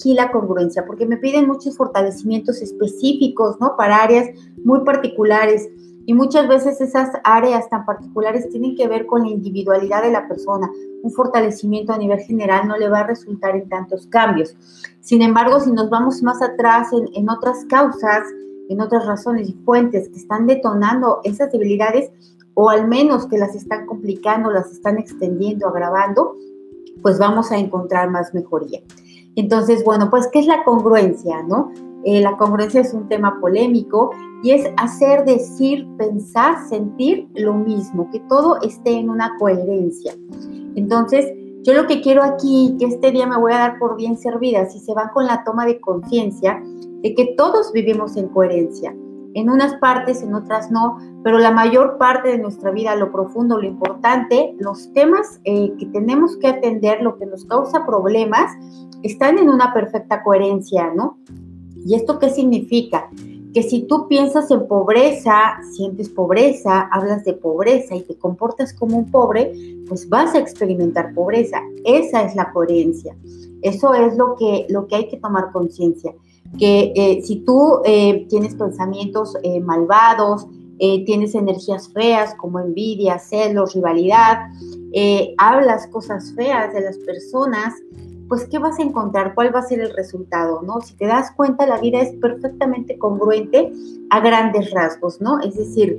elegí la congruencia? Porque me piden muchos fortalecimientos específicos, ¿no? Para áreas muy particulares. Y muchas veces esas áreas tan particulares tienen que ver con la individualidad de la persona. Un fortalecimiento a nivel general no le va a resultar en tantos cambios. Sin embargo, si nos vamos más atrás en otras causas, en otras razones y fuentes que están detonando esas debilidades, o al menos que las están complicando, las están extendiendo, agravando, pues vamos a encontrar más mejoría. Entonces, bueno, pues, ¿qué es la congruencia, no? La congruencia es un tema polémico y es hacer, decir, pensar, sentir lo mismo, que todo esté en una coherencia. Entonces, yo lo que quiero aquí, que este día me voy a dar por bien servida, si se van con la toma de conciencia de que todos vivimos en coherencia. En unas partes, en otras no, pero la mayor parte de nuestra vida, lo profundo, lo importante, los temas que tenemos que atender, lo que nos causa problemas, están en una perfecta coherencia, ¿no? ¿Y esto qué significa? Que si tú piensas en pobreza, sientes pobreza, hablas de pobreza y te comportas como un pobre, pues vas a experimentar pobreza. Esa es la coherencia. Eso es lo que hay que tomar conciencia. Que si tú tienes pensamientos malvados, tienes energías feas como envidia, celos, rivalidad, hablas cosas feas de las personas, pues ¿qué vas a encontrar? ¿Cuál va a ser el resultado, no? Si te das cuenta, la vida es perfectamente congruente a grandes rasgos, ¿no? Es decir,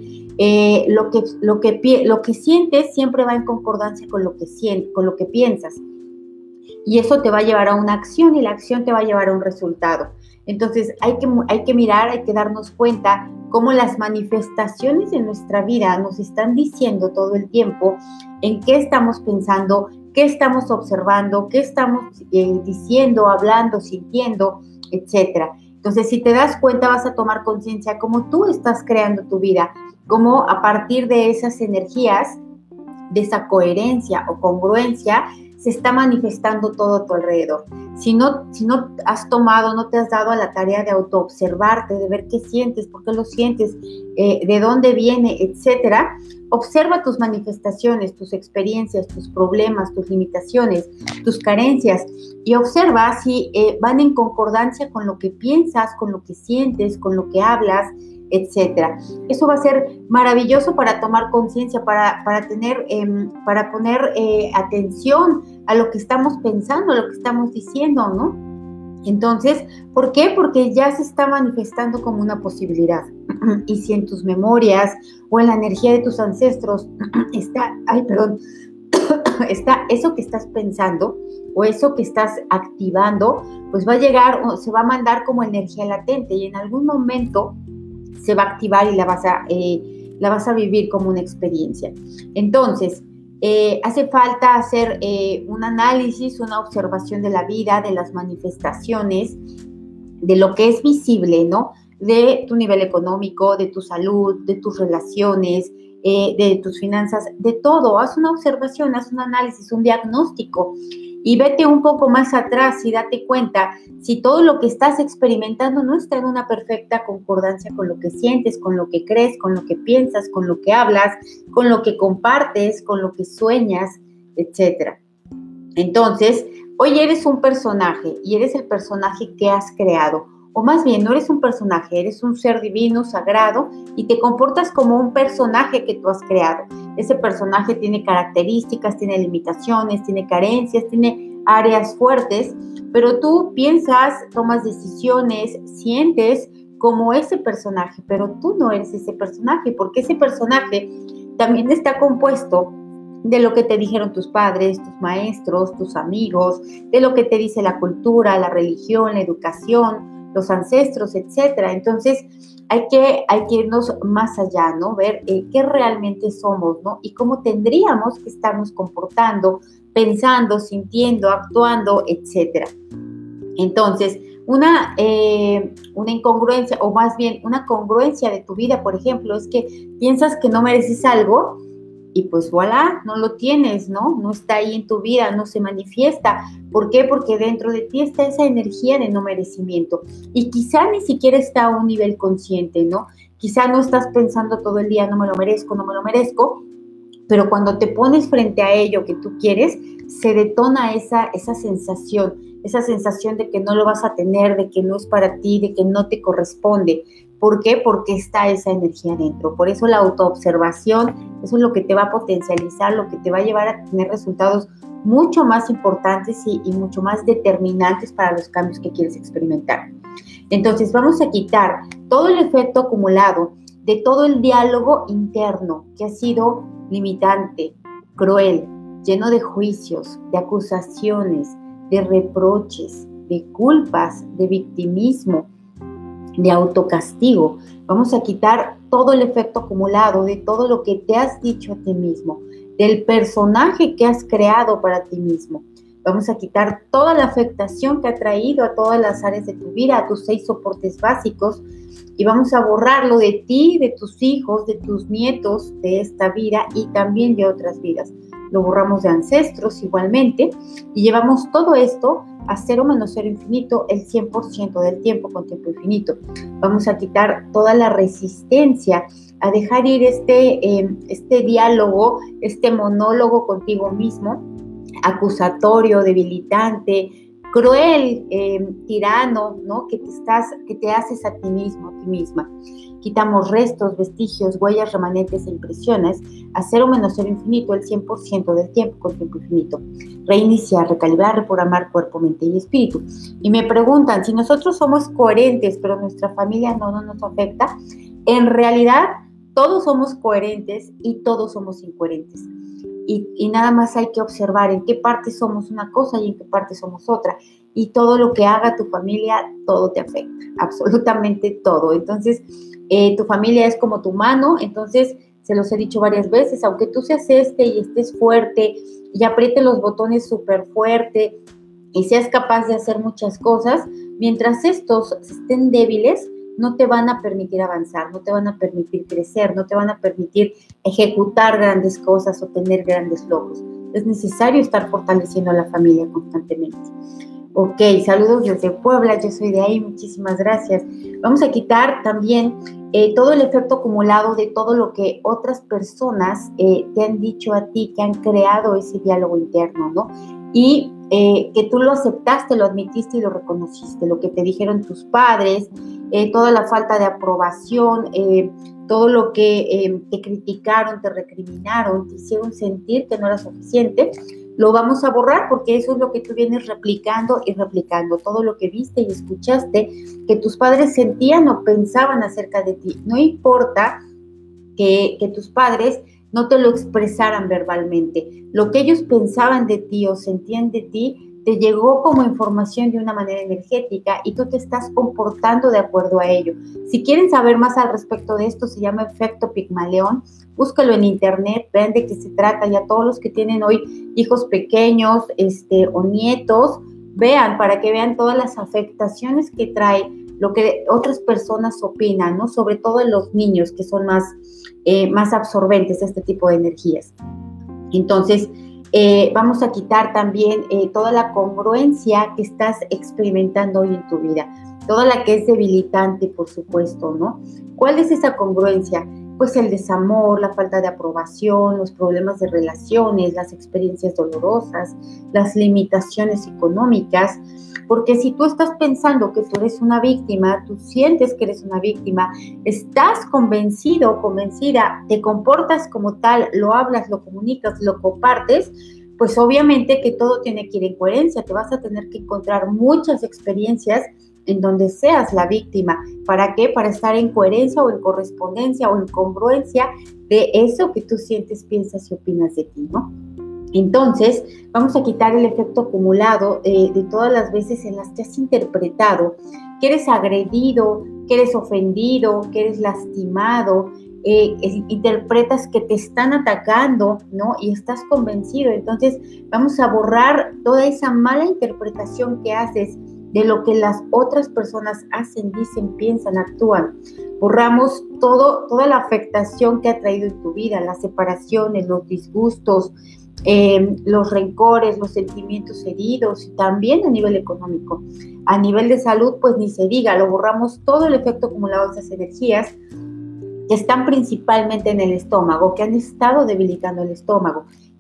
lo que sientes siempre va en concordancia con lo que piensas. Y eso te va a llevar a una acción y la acción te va a llevar a un resultado. Entonces hay que mirar, hay que darnos cuenta cómo las manifestaciones de nuestra vida nos están diciendo todo el tiempo en qué estamos pensando, qué estamos observando, qué estamos diciendo, hablando, sintiendo, etc. Entonces, si te das cuenta, vas a tomar conciencia cómo tú estás creando tu vida, cómo a partir de esas energías, de esa coherencia o congruencia, se está manifestando todo a tu alrededor. Si no has tomado, no te has dado a la tarea de autoobservarte, de ver qué sientes, por qué lo sientes, de dónde viene, etcétera, observa tus manifestaciones, tus experiencias, tus problemas, tus limitaciones, tus carencias y observa si van en concordancia con lo que piensas, con lo que sientes, con lo que hablas, etcétera. Eso va a ser maravilloso para tomar conciencia, para poner atención a lo que estamos pensando, a lo que estamos diciendo, ¿no? Entonces, ¿por qué? Porque ya se está manifestando como una posibilidad. Y si en tus memorias o en la energía de tus ancestros está eso que estás pensando o eso que estás activando, pues va a llegar o se va a mandar como energía latente y en algún momento se va a activar y la vas a vivir como una experiencia. Entonces, hace falta hacer un análisis, una observación de la vida, de las manifestaciones, de lo que es visible, ¿no? De tu nivel económico, de tu salud, de tus relaciones, de tus finanzas, de todo. Haz una observación, haz un análisis, un diagnóstico y vete un poco más atrás y date cuenta si todo lo que estás experimentando no está en una perfecta concordancia con lo que sientes, con lo que crees, con lo que piensas, con lo que hablas, con lo que compartes, con lo que sueñas, etc. Entonces, hoy eres un personaje y eres el personaje que has creado. O más bien, no eres un personaje, eres un ser divino, sagrado, y te comportas como un personaje que tú has creado. Ese personaje tiene características, tiene limitaciones, tiene carencias, tiene áreas fuertes, pero tú piensas, tomas decisiones, sientes como ese personaje, pero tú no eres ese personaje, porque ese personaje también está compuesto de lo que te dijeron tus padres, tus maestros, tus amigos, de lo que te dice la cultura, la religión, la educación, los ancestros, etcétera. Entonces, hay que irnos más allá, ¿no? Ver qué realmente somos, ¿no? Y cómo tendríamos que estarnos comportando, pensando, sintiendo, actuando, etcétera. Entonces, una incongruencia, o más bien una congruencia de tu vida, por ejemplo, es que piensas que no mereces algo y pues voilà, no lo tienes, ¿no? No está ahí en tu vida, no se manifiesta. ¿Por qué? Porque dentro de ti está esa energía de no merecimiento y quizá ni siquiera está a un nivel consciente, ¿no? Quizá no estás pensando todo el día, no me lo merezco, pero cuando te pones frente a ello que tú quieres, se detona esa sensación, esa sensación de que no lo vas a tener, de que no es para ti, de que no te corresponde. ¿Por qué? Porque está esa energía dentro. Por eso la autoobservación, eso es lo que te va a potencializar, lo que te va a llevar a tener resultados mucho más importantes y mucho más determinantes para los cambios que quieres experimentar. Entonces vamos a quitar todo el efecto acumulado de todo el diálogo interno que ha sido limitante, cruel, lleno de juicios, de acusaciones, de reproches, de culpas, de victimismo, de autocastigo. Vamos a quitar todo el efecto acumulado de todo lo que te has dicho a ti mismo, del personaje que has creado para ti mismo. Vamos a quitar toda la afectación que ha traído a todas las áreas de tu vida, a tus 6 soportes básicos, y vamos a borrarlo de ti, de tus hijos, de tus nietos, de esta vida y también de otras vidas. Lo borramos de ancestros igualmente y llevamos todo esto a 0 menos 0 infinito el 100% del tiempo con tiempo infinito. Vamos a quitar toda la resistencia, a dejar ir este diálogo, este monólogo contigo mismo, acusatorio, debilitante, cruel, tirano, ¿no? Que te haces a ti mismo, a ti misma. Quitamos restos, vestigios, huellas, remanentes e impresiones a 0 menos 0 infinito el 100% del tiempo con tiempo infinito. Reiniciar, recalibrar, reprogramar cuerpo, mente y espíritu. Y me preguntan, si nosotros somos coherentes, pero nuestra familia no nos afecta, en realidad todos somos coherentes y todos somos incoherentes. Y nada más hay que observar en qué parte somos una cosa y en qué parte somos otra. Y todo lo que haga tu familia, todo te afecta, absolutamente todo. Entonces, tu familia es como tu mano, entonces, se los he dicho varias veces, aunque tú seas y estés fuerte y apriete los botones súper fuerte y seas capaz de hacer muchas cosas, mientras estos estén débiles, no te van a permitir avanzar, no te van a permitir crecer, no te van a permitir ejecutar grandes cosas o tener grandes logros. Es necesario estar fortaleciendo a la familia constantemente. Ok, saludos desde Puebla, yo soy de ahí, muchísimas gracias. Vamos a quitar también todo el efecto acumulado de todo lo que otras personas te han dicho a ti, que han creado ese diálogo interno, ¿no? Y que tú lo aceptaste, lo admitiste y lo reconociste, lo que te dijeron tus padres, toda la falta de aprobación, todo lo que te criticaron, te recriminaron, te hicieron sentir que no era suficiente, lo vamos a borrar porque eso es lo que tú vienes replicando y replicando, todo lo que viste y escuchaste que tus padres sentían o pensaban acerca de ti. No importa que tus padres no te lo expresaran verbalmente, lo que ellos pensaban de ti o sentían de ti te llegó como información de una manera energética y tú te estás comportando de acuerdo a ello. Si quieren saber más al respecto de esto, se llama efecto Pigmalión, búscalo en internet, vean de qué se trata, y a todos los que tienen hoy hijos pequeños o nietos, vean para que vean todas las afectaciones que trae lo que otras personas opinan, ¿no? Sobre todo en los niños, que son más absorbentes a este tipo de energías. Entonces, vamos a quitar también toda la congruencia que estás experimentando hoy en tu vida, toda la que es debilitante, por supuesto, ¿no? ¿Cuál es esa congruencia? Pues el desamor, la falta de aprobación, los problemas de relaciones, las experiencias dolorosas, las limitaciones económicas, porque si tú estás pensando que tú eres una víctima, tú sientes que eres una víctima, estás convencido o convencida, te comportas como tal, lo hablas, lo comunicas, lo compartes, pues obviamente que todo tiene que ir en coherencia, te vas a tener que encontrar muchas experiencias en donde seas la víctima. ¿Para qué? Para estar en coherencia o en correspondencia o en congruencia de eso que tú sientes, piensas y opinas de ti, ¿no? Entonces, vamos a quitar el efecto acumulado de todas las veces en las que has interpretado que eres agredido, que eres ofendido, que eres lastimado, interpretas que te están atacando, ¿no? Y estás convencido. Entonces, vamos a borrar toda esa mala interpretación que haces de lo que las otras personas hacen, dicen, piensan, actúan. Borramos toda la afectación que ha traído en tu vida, las separaciones, los disgustos, los rencores, los sentimientos heridos, y también a nivel económico. A nivel de salud, pues ni se diga, lo borramos todo el efecto acumulado de esas energías que están principalmente en el estómago, que han estado debilitando el estómago.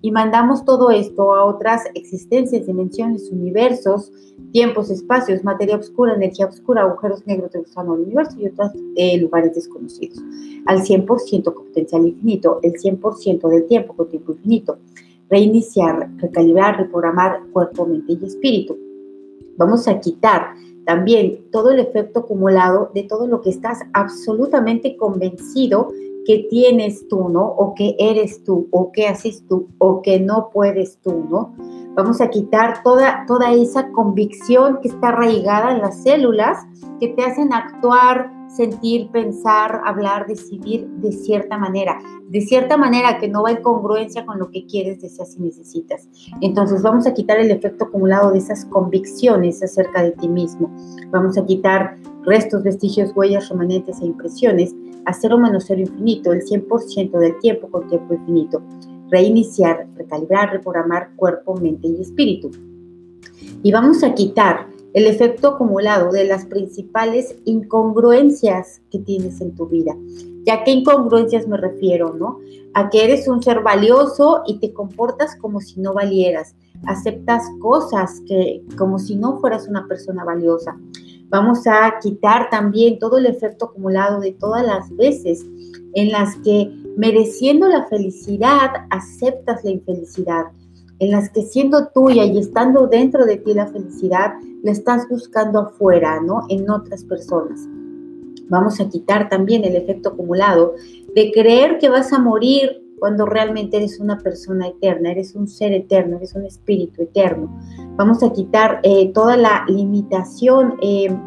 y mandamos todo esto a otras existencias, dimensiones, universos, tiempos, espacios, materia oscura, energía oscura, agujeros negros de gusano del universo y otros lugares desconocidos. Al 100% con potencial infinito, el 100% del tiempo con tiempo infinito. Reiniciar, recalibrar, reprogramar cuerpo, mente y espíritu. Vamos a quitar también todo el efecto acumulado de todo lo que estás absolutamente convencido que tienes tú, ¿no? O que eres tú, o que haces tú, o que no puedes tú, ¿no? Vamos a quitar toda esa convicción que está arraigada en las células que te hacen actuar, sentir, pensar, hablar, decidir de cierta manera que no va en congruencia con lo que quieres, deseas y necesitas. Entonces vamos a quitar el efecto acumulado de esas convicciones acerca de ti mismo. Vamos a quitar restos, vestigios, huellas, remanentes e impresiones a 0 menos 0 infinito, el 100% del tiempo con tiempo infinito. Reiniciar, recalibrar, reprogramar cuerpo, mente y espíritu. Y vamos a quitar el efecto acumulado de las principales incongruencias que tienes en tu vida. ¿Ya qué incongruencias me refiero, no? A que eres un ser valioso y te comportas como si no valieras. Aceptas cosas como si no fueras una persona valiosa. Vamos a quitar también todo el efecto acumulado de todas las veces en las que mereciendo la felicidad aceptas la infelicidad, en las que siendo tuya y estando dentro de ti la felicidad, la estás buscando afuera, ¿no? En otras personas. Vamos a quitar también el efecto acumulado de creer que vas a morir cuando realmente eres una persona eterna, eres un ser eterno, eres un espíritu eterno. Vamos a quitar toda la limitación,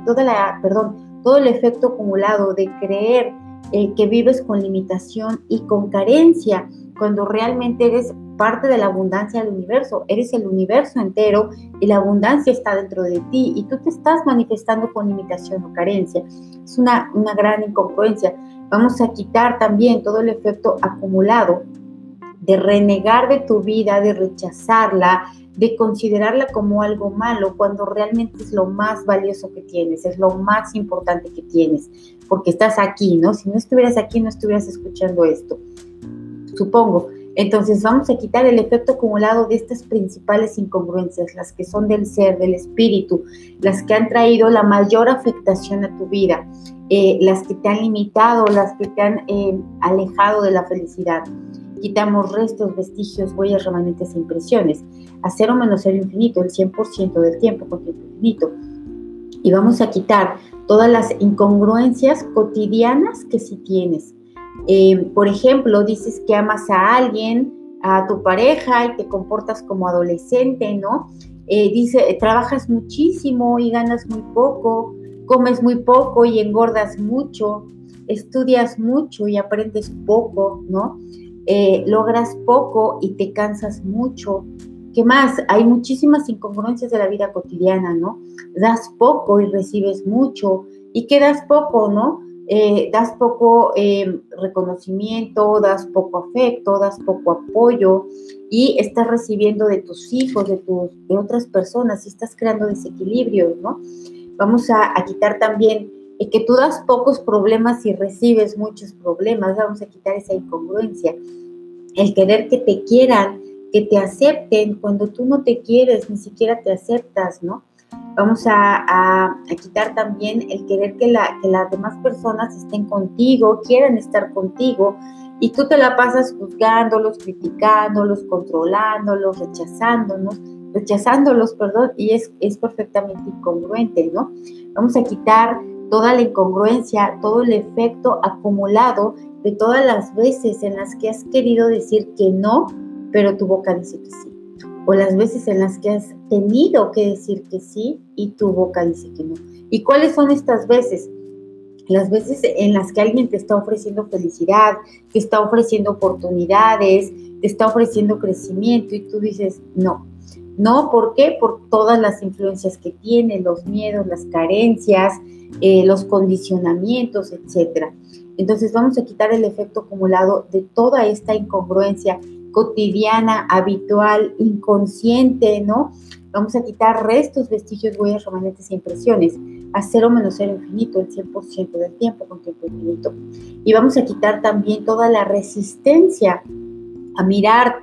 todo el efecto acumulado de creer que vives con limitación y con carencia, cuando realmente eres parte de la abundancia del universo, eres el universo entero y la abundancia está dentro de ti y tú te estás manifestando con limitación o carencia. Es una gran incongruencia. Vamos a quitar también todo el efecto acumulado de renegar de tu vida, de rechazarla, de considerarla como algo malo, cuando realmente es lo más valioso que tienes, es lo más importante que tienes, porque estás aquí, ¿no? Si no estuvieras aquí, no estuvieras escuchando esto, supongo. Entonces vamos a quitar el efecto acumulado de estas principales incongruencias, las que son del ser, del espíritu, las que han traído la mayor afectación a tu vida, las que te han limitado, las que te han alejado de la felicidad. Quitamos restos, vestigios, huellas, remanentes e impresiones a 0 menos 0 infinito, el 100% del tiempo con tiempo infinito. Y vamos a quitar todas las incongruencias cotidianas que sí tienes. Por ejemplo, dices que amas a alguien, a tu pareja y te comportas como adolescente, ¿no? Trabajas muchísimo y ganas muy poco, comes muy poco y engordas mucho, estudias mucho y aprendes poco, ¿no? Logras poco y te cansas mucho. ¿Qué más? Hay muchísimas incongruencias de la vida cotidiana, ¿no? Das poco y recibes mucho. ¿Y qué das poco, no? Das poco reconocimiento, das poco afecto, das poco apoyo y estás recibiendo de tus hijos, de otras personas y estás creando desequilibrios, ¿no? Vamos a quitar también que tú das pocos problemas y recibes muchos problemas. Vamos a quitar esa incongruencia. El querer que te quieran, que te acepten cuando tú no te quieres, ni siquiera te aceptas, ¿no? Vamos a quitar también el querer que las demás personas estén contigo, quieran estar contigo, y tú te la pasas juzgándolos, criticándolos, controlándolos, rechazándolos, y es perfectamente incongruente, ¿no? Vamos a quitar toda la incongruencia, todo el efecto acumulado de todas las veces en las que has querido decir que no, pero tu boca dice que sí. O las veces en las que has tenido que decir que sí y tu boca dice que no. ¿Y cuáles son estas veces? Las veces en las que alguien te está ofreciendo felicidad, te está ofreciendo oportunidades, te está ofreciendo crecimiento y tú dices no. No, ¿por qué? Por todas las influencias que tiene, los miedos, las carencias, los condicionamientos, etcétera. Entonces vamos a quitar el efecto acumulado de toda esta incongruencia cotidiana, habitual, inconsciente, ¿no? Vamos a quitar restos, vestigios, huellas, remanentes e impresiones a 0 menos 0 infinito, el 100% del tiempo con tiempo infinito. Y vamos a quitar también toda la resistencia a mirarte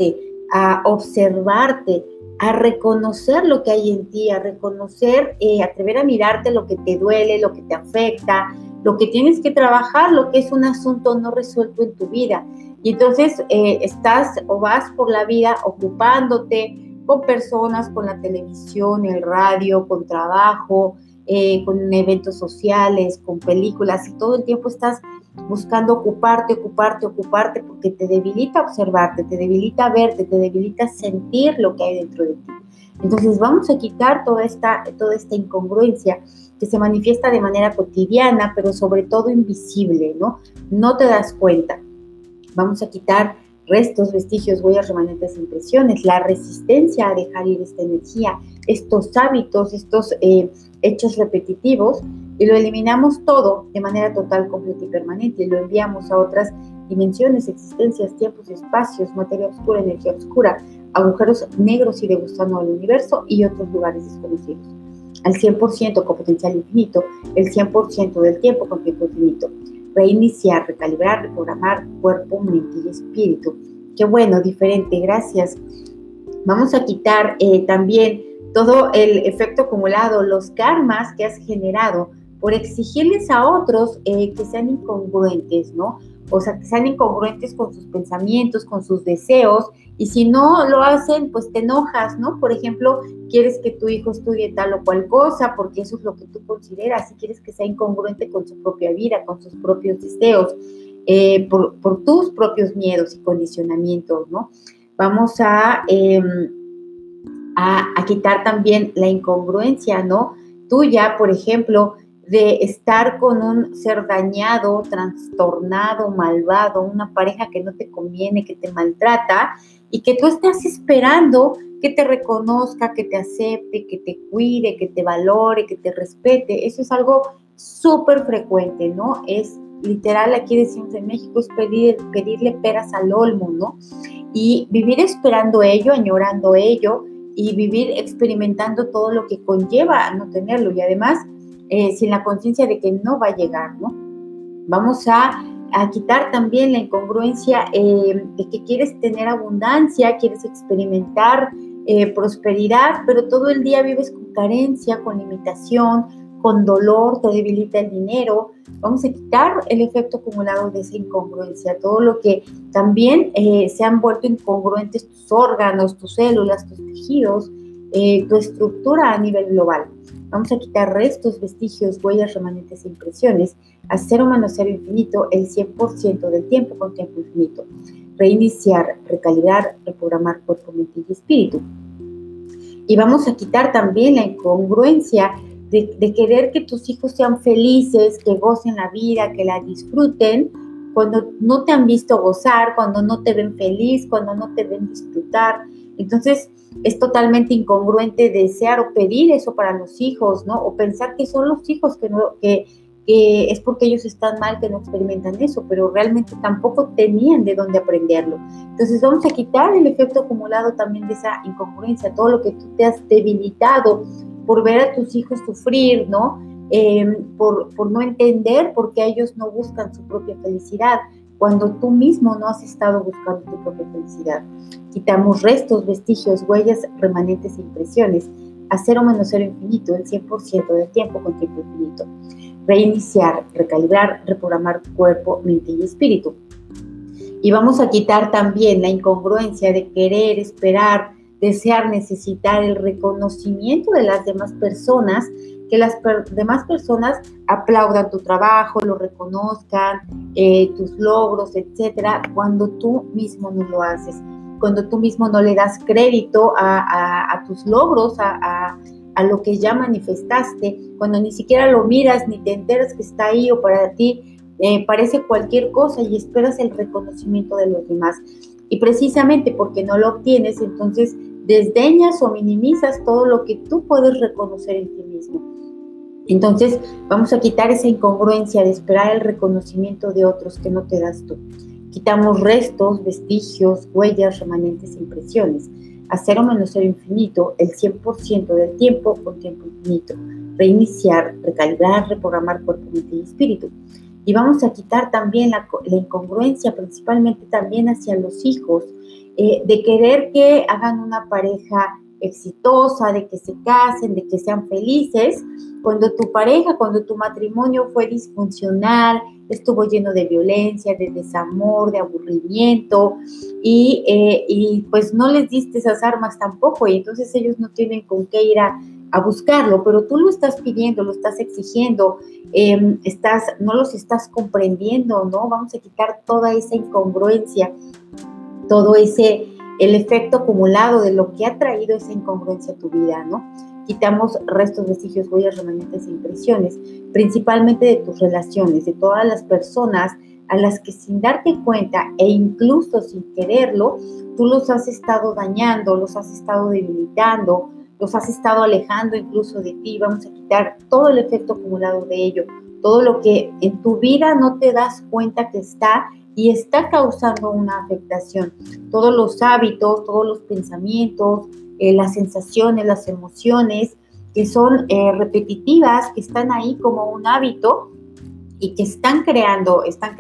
a observarte, a reconocer lo que hay en ti, a reconocer, atrever a mirarte lo que te duele, lo que te afecta, lo que tienes que trabajar, lo que es un asunto no resuelto en tu vida. Y entonces estás o vas por la vida ocupándote con personas, con la televisión, el radio, con trabajo, con eventos sociales, con películas, y todo el tiempo estás buscando ocuparte, porque te debilita observarte, te debilita verte, te debilita sentir lo que hay dentro de ti. Entonces vamos a quitar toda esta incongruencia que se manifiesta de manera cotidiana, pero sobre todo invisible, ¿no? No te das cuenta. Vamos a quitar restos, vestigios, huellas, remanentes, impresiones, la resistencia a dejar ir esta energía, estos hábitos, estos hechos repetitivos, y lo eliminamos todo de manera total, completa y permanente, y lo enviamos a otras dimensiones, existencias, tiempos, espacios, materia oscura, energía oscura, agujeros negros y de gusano al universo y otros lugares desconocidos. Al 100% con potencial infinito, el 100% del tiempo con tiempo infinito. Reiniciar, recalibrar, reprogramar cuerpo, mente y espíritu. Qué bueno, diferente, gracias. Vamos a quitar también todo el efecto acumulado, los karmas que has generado por exigirles a otros que sean incongruentes, ¿no? O sea, que sean incongruentes con sus pensamientos, con sus deseos, y si no lo hacen, pues te enojas, ¿no? Por ejemplo, quieres que tu hijo estudie tal o cual cosa, porque eso es lo que tú consideras, y quieres que sea incongruente con su propia vida, con sus propios deseos, por tus propios miedos y condicionamientos, ¿no? Vamos a quitar también la incongruencia, ¿no? Tuya, por ejemplo, de estar con un ser dañado, trastornado, malvado, una pareja que no te conviene, que te maltrata, y que tú estás esperando que te reconozca, que te acepte, que te cuide, que te valore, que te respete. Eso es algo súper frecuente, ¿no? Es literal, aquí decimos en México, es pedirle peras al olmo, ¿no? Y vivir esperando ello, añorando ello, y vivir experimentando todo lo que conlleva no tenerlo, y además sin la conciencia de que no va a llegar, ¿no? Vamos a quitar también la incongruencia de que quieres tener abundancia, quieres experimentar prosperidad, pero todo el día vives con carencia, con limitación, con dolor, te debilita el dinero. Vamos a quitar el efecto acumulado de esa incongruencia, todo lo que también se han vuelto incongruentes tus órganos, tus células, tus tejidos, tu estructura a nivel global. Vamos a quitar restos, vestigios, huellas, remanentes e impresiones, a cero menos cero infinito, el 100% del tiempo con tiempo infinito. Reiniciar, recalibrar, reprogramar cuerpo, mente y espíritu. Y vamos a quitar también la incongruencia de querer que tus hijos sean felices, que gocen la vida, que la disfruten, cuando no te han visto gozar, cuando no te ven feliz, cuando no te ven disfrutar. Entonces, es totalmente incongruente desear o pedir eso para los hijos, ¿no? O pensar que son los hijos que es porque ellos están mal, que no experimentan eso, pero realmente tampoco tenían de dónde aprenderlo. Entonces vamos a quitar el efecto acumulado también de esa incongruencia, todo lo que tú te has debilitado por ver a tus hijos sufrir, ¿no? Por no entender por qué ellos no buscan su propia felicidad, cuando tú mismo no has estado buscando tu propia felicidad. Quitamos restos, vestigios, huellas, remanentes e impresiones, a cero menos cero infinito, el 100% del tiempo con tiempo infinito. Reiniciar, recalibrar, reprogramar cuerpo, mente y espíritu. Y vamos a quitar también la incongruencia de querer, esperar, desear, necesitar el reconocimiento de las demás personas, que las demás personas aplaudan tu trabajo, lo reconozcan, tus logros, etcétera, cuando tú mismo no lo haces, cuando tú mismo no le das crédito a tus logros, a lo que ya manifestaste, cuando ni siquiera lo miras ni te enteras que está ahí, o para ti parece cualquier cosa y esperas el reconocimiento de los demás. Y precisamente porque no lo obtienes, entonces desdeñas o minimizas todo lo que tú puedes reconocer en ti mismo. Entonces vamos a quitar esa incongruencia de esperar el reconocimiento de otros que no te das tú. Quitamos restos, vestigios, huellas, remanentes, impresiones, a cero menos cero infinito, el 100% del tiempo con tiempo infinito. Reiniciar, recalibrar, reprogramar cuerpo, mente y espíritu. Y vamos a quitar también la incongruencia, principalmente también hacia los hijos, de querer que hagan una pareja exitosa, de que se casen, de que sean felices, cuando tu pareja, cuando tu matrimonio fue disfuncional, estuvo lleno de violencia, de desamor, de aburrimiento, y pues no les diste esas armas tampoco, y entonces ellos no tienen con qué ir a buscarlo, pero tú lo estás pidiendo, lo estás exigiendo, no los estás comprendiendo, ¿no? Vamos a quitar toda esa incongruencia, todo el efecto acumulado de lo que ha traído esa incongruencia a tu vida, ¿no? Quitamos restos, vestigios, huellas, remanentes e impresiones, principalmente de tus relaciones, de todas las personas a las que sin darte cuenta e incluso sin quererlo, tú los has estado dañando, los has estado debilitando, los has estado alejando incluso de ti. Vamos a quitar todo el efecto acumulado de ello, todo lo que en tu vida no te das cuenta que está y está causando una afectación. Todos los hábitos, todos los pensamientos, las sensaciones, las emociones que son repetitivas, que están ahí como un hábito y que están creando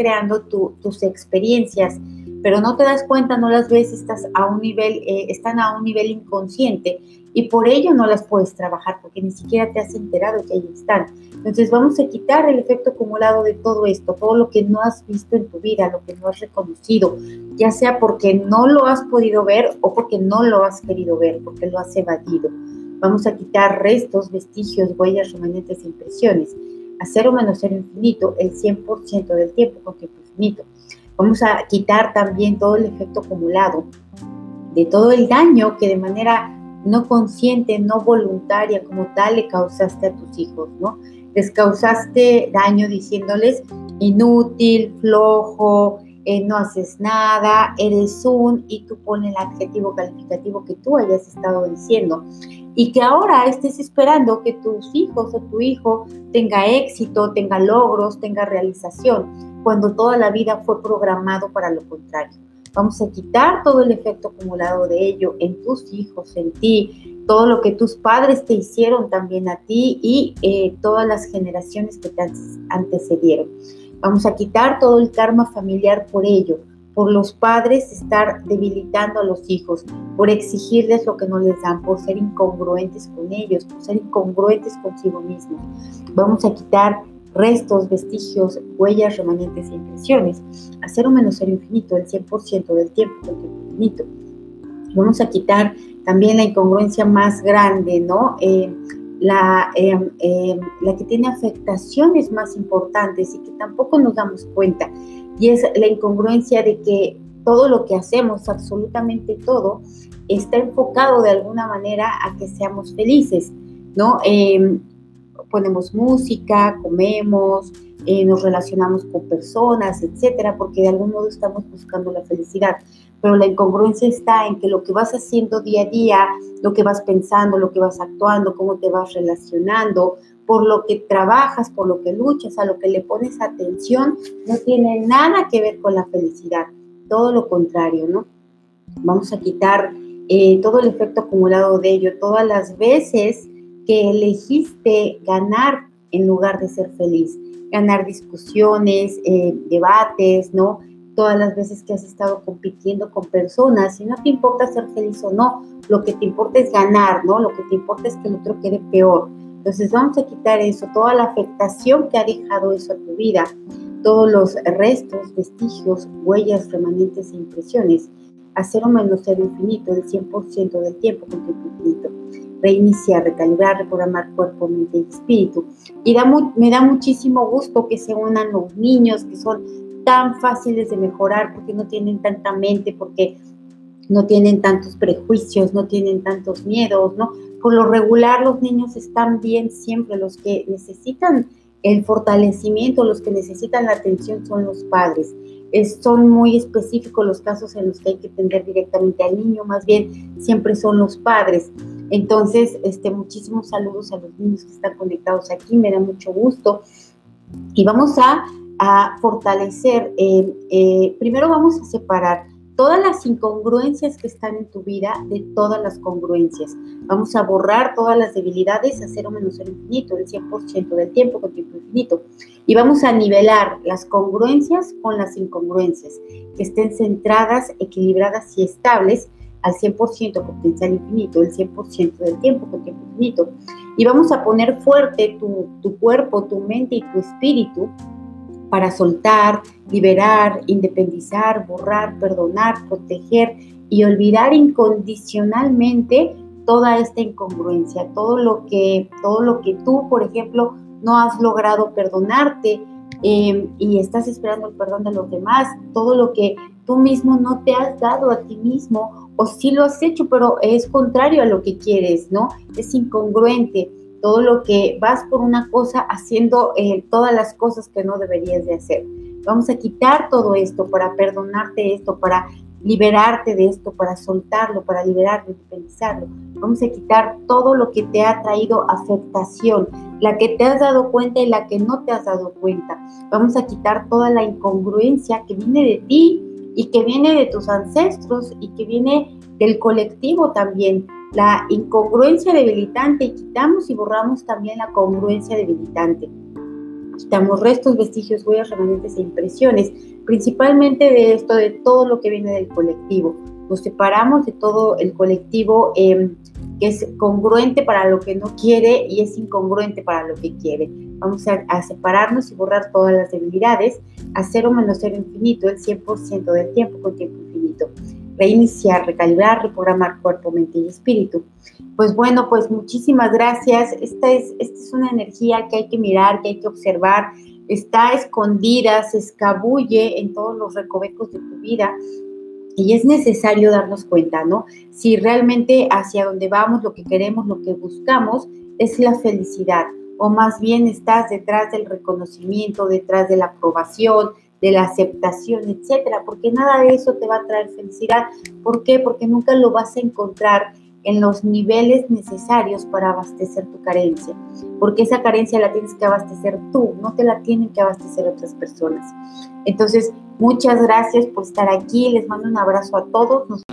tus experiencias, pero no te das cuenta, no las ves, están a un nivel inconsciente y por ello no las puedes trabajar porque ni siquiera te has enterado que ahí están. Entonces vamos a quitar el efecto acumulado de todo esto, todo lo que no has visto en tu vida, lo que no has reconocido, ya sea porque no lo has podido ver o porque no lo has querido ver, porque lo has evadido. Vamos a quitar restos, vestigios, huellas, remanentes e impresiones. A cero menos cero infinito, el 100% del tiempo con tiempo infinito. Vamos a quitar también todo el efecto acumulado de todo el daño que de manera no consciente, no voluntaria como tal le causaste a tus hijos, ¿no? Les causaste daño diciéndoles inútil, flojo, no haces nada, eres y tú pones el adjetivo calificativo que tú hayas estado diciendo. Y que ahora estés esperando que tus hijos o tu hijo tenga éxito, tenga logros, tenga realización, cuando toda la vida fue programado para lo contrario. Vamos a quitar todo el efecto acumulado de ello en tus hijos, en ti, todo lo que tus padres te hicieron también a ti y todas las generaciones que te antecedieron. Vamos a quitar todo el karma familiar por ello, por los padres estar debilitando a los hijos, por exigirles lo que no les dan, por ser incongruentes con ellos, por ser incongruentes consigo mismos. Vamos a quitar restos, vestigios, huellas, remanentes e impresiones, a cero menos cero infinito, el 100% del tiempo con tiempo infinito. Vamos a quitar también la incongruencia más grande, ¿no? La que tiene afectaciones más importantes y que tampoco nos damos cuenta, y es la incongruencia de que todo lo que hacemos, absolutamente todo, está enfocado de alguna manera a que seamos felices, ¿no? Ponemos música, comemos, nos relacionamos con personas, etcétera, porque de algún modo estamos buscando la felicidad. Pero la incongruencia está en que lo que vas haciendo día a día, lo que vas pensando, lo que vas actuando, cómo te vas relacionando, por lo que trabajas, por lo que luchas, a lo que le pones atención, no tiene nada que ver con la felicidad, todo lo contrario, ¿no? Vamos a quitar todo el efecto acumulado de ello, todas las veces que elegiste ganar en lugar de ser feliz, ganar discusiones, debates, ¿no? Todas las veces que has estado compitiendo con personas y no te importa ser feliz o no, lo que te importa es ganar, ¿no? Lo que te importa es que el otro quede peor. Entonces vamos a quitar eso, toda la afectación que ha dejado eso a tu vida, todos los restos, vestigios, huellas, remanentes e impresiones, a cero menos cero infinito, el 100% del tiempo con tiempo infinito. Reiniciar, recalibrar, reprogramar cuerpo, mente y espíritu. Y me da muchísimo gusto que se unan los niños, que son tan fáciles de mejorar porque no tienen tanta mente, porque no tienen tantos prejuicios, no tienen tantos miedos, ¿no? Por lo regular los niños están bien siempre, los que necesitan el fortalecimiento, los que necesitan la atención son los padres. Son muy específicos los casos en los que hay que atender directamente al niño, más bien siempre son los padres. Entonces, muchísimos saludos a los niños que están conectados aquí, me da mucho gusto. Y vamos a fortalecer, primero vamos a separar todas las incongruencias que están en tu vida de todas las congruencias. Vamos a borrar todas las debilidades a cero menos cero infinito, el 100% del tiempo con tiempo infinito. Y vamos a nivelar las congruencias con las incongruencias, que estén centradas, equilibradas y estables al 100% potencial infinito, el 100% del tiempo con tiempo infinito. Y vamos a poner fuerte tu cuerpo, tu mente y tu espíritu para soltar, liberar, independizar, borrar, perdonar, proteger y olvidar incondicionalmente toda esta incongruencia, todo lo que tú, por ejemplo, no has logrado perdonarte y estás esperando el perdón de los demás, todo lo que tú mismo no te has dado a ti mismo, o sí lo has hecho, pero es contrario a lo que quieres, ¿no? Es incongruente. Todo lo que vas por una cosa haciendo todas las cosas que no deberías de hacer. Vamos a quitar todo esto para perdonarte esto, para liberarte de esto, para soltarlo, para liberarlo, independizarlo. Vamos a quitar todo lo que te ha traído afectación, la que te has dado cuenta y la que no te has dado cuenta. Vamos a quitar toda la incongruencia que viene de ti y que viene de tus ancestros y que viene del colectivo también. La incongruencia debilitante, y quitamos y borramos también la congruencia debilitante. Quitamos restos, vestigios, huellas, remanentes e impresiones, principalmente de esto, de todo lo que viene del colectivo. Nos separamos de todo el colectivo que es congruente para lo que no quiere y es incongruente para lo que quiere. Vamos a separarnos y borrar todas las debilidades a cero menos cero infinito, el 100% del tiempo con tiempo infinito. Reiniciar, recalibrar, reprogramar cuerpo, mente y espíritu. Pues bueno, pues muchísimas gracias. Esta es una energía que hay que mirar, que hay que observar. Está escondida, se escabulle en todos los recovecos de tu vida y es necesario darnos cuenta, ¿no? Si realmente hacia donde vamos, lo que queremos, lo que buscamos es la felicidad, o más bien estás detrás del reconocimiento, detrás de la aprobación, de la aceptación, etcétera, porque nada de eso te va a traer felicidad. ¿Por qué? Porque nunca lo vas a encontrar en los niveles necesarios para abastecer tu carencia, porque esa carencia la tienes que abastecer tú, no te la tienen que abastecer otras personas. Entonces, muchas gracias por estar aquí, les mando un abrazo a todos.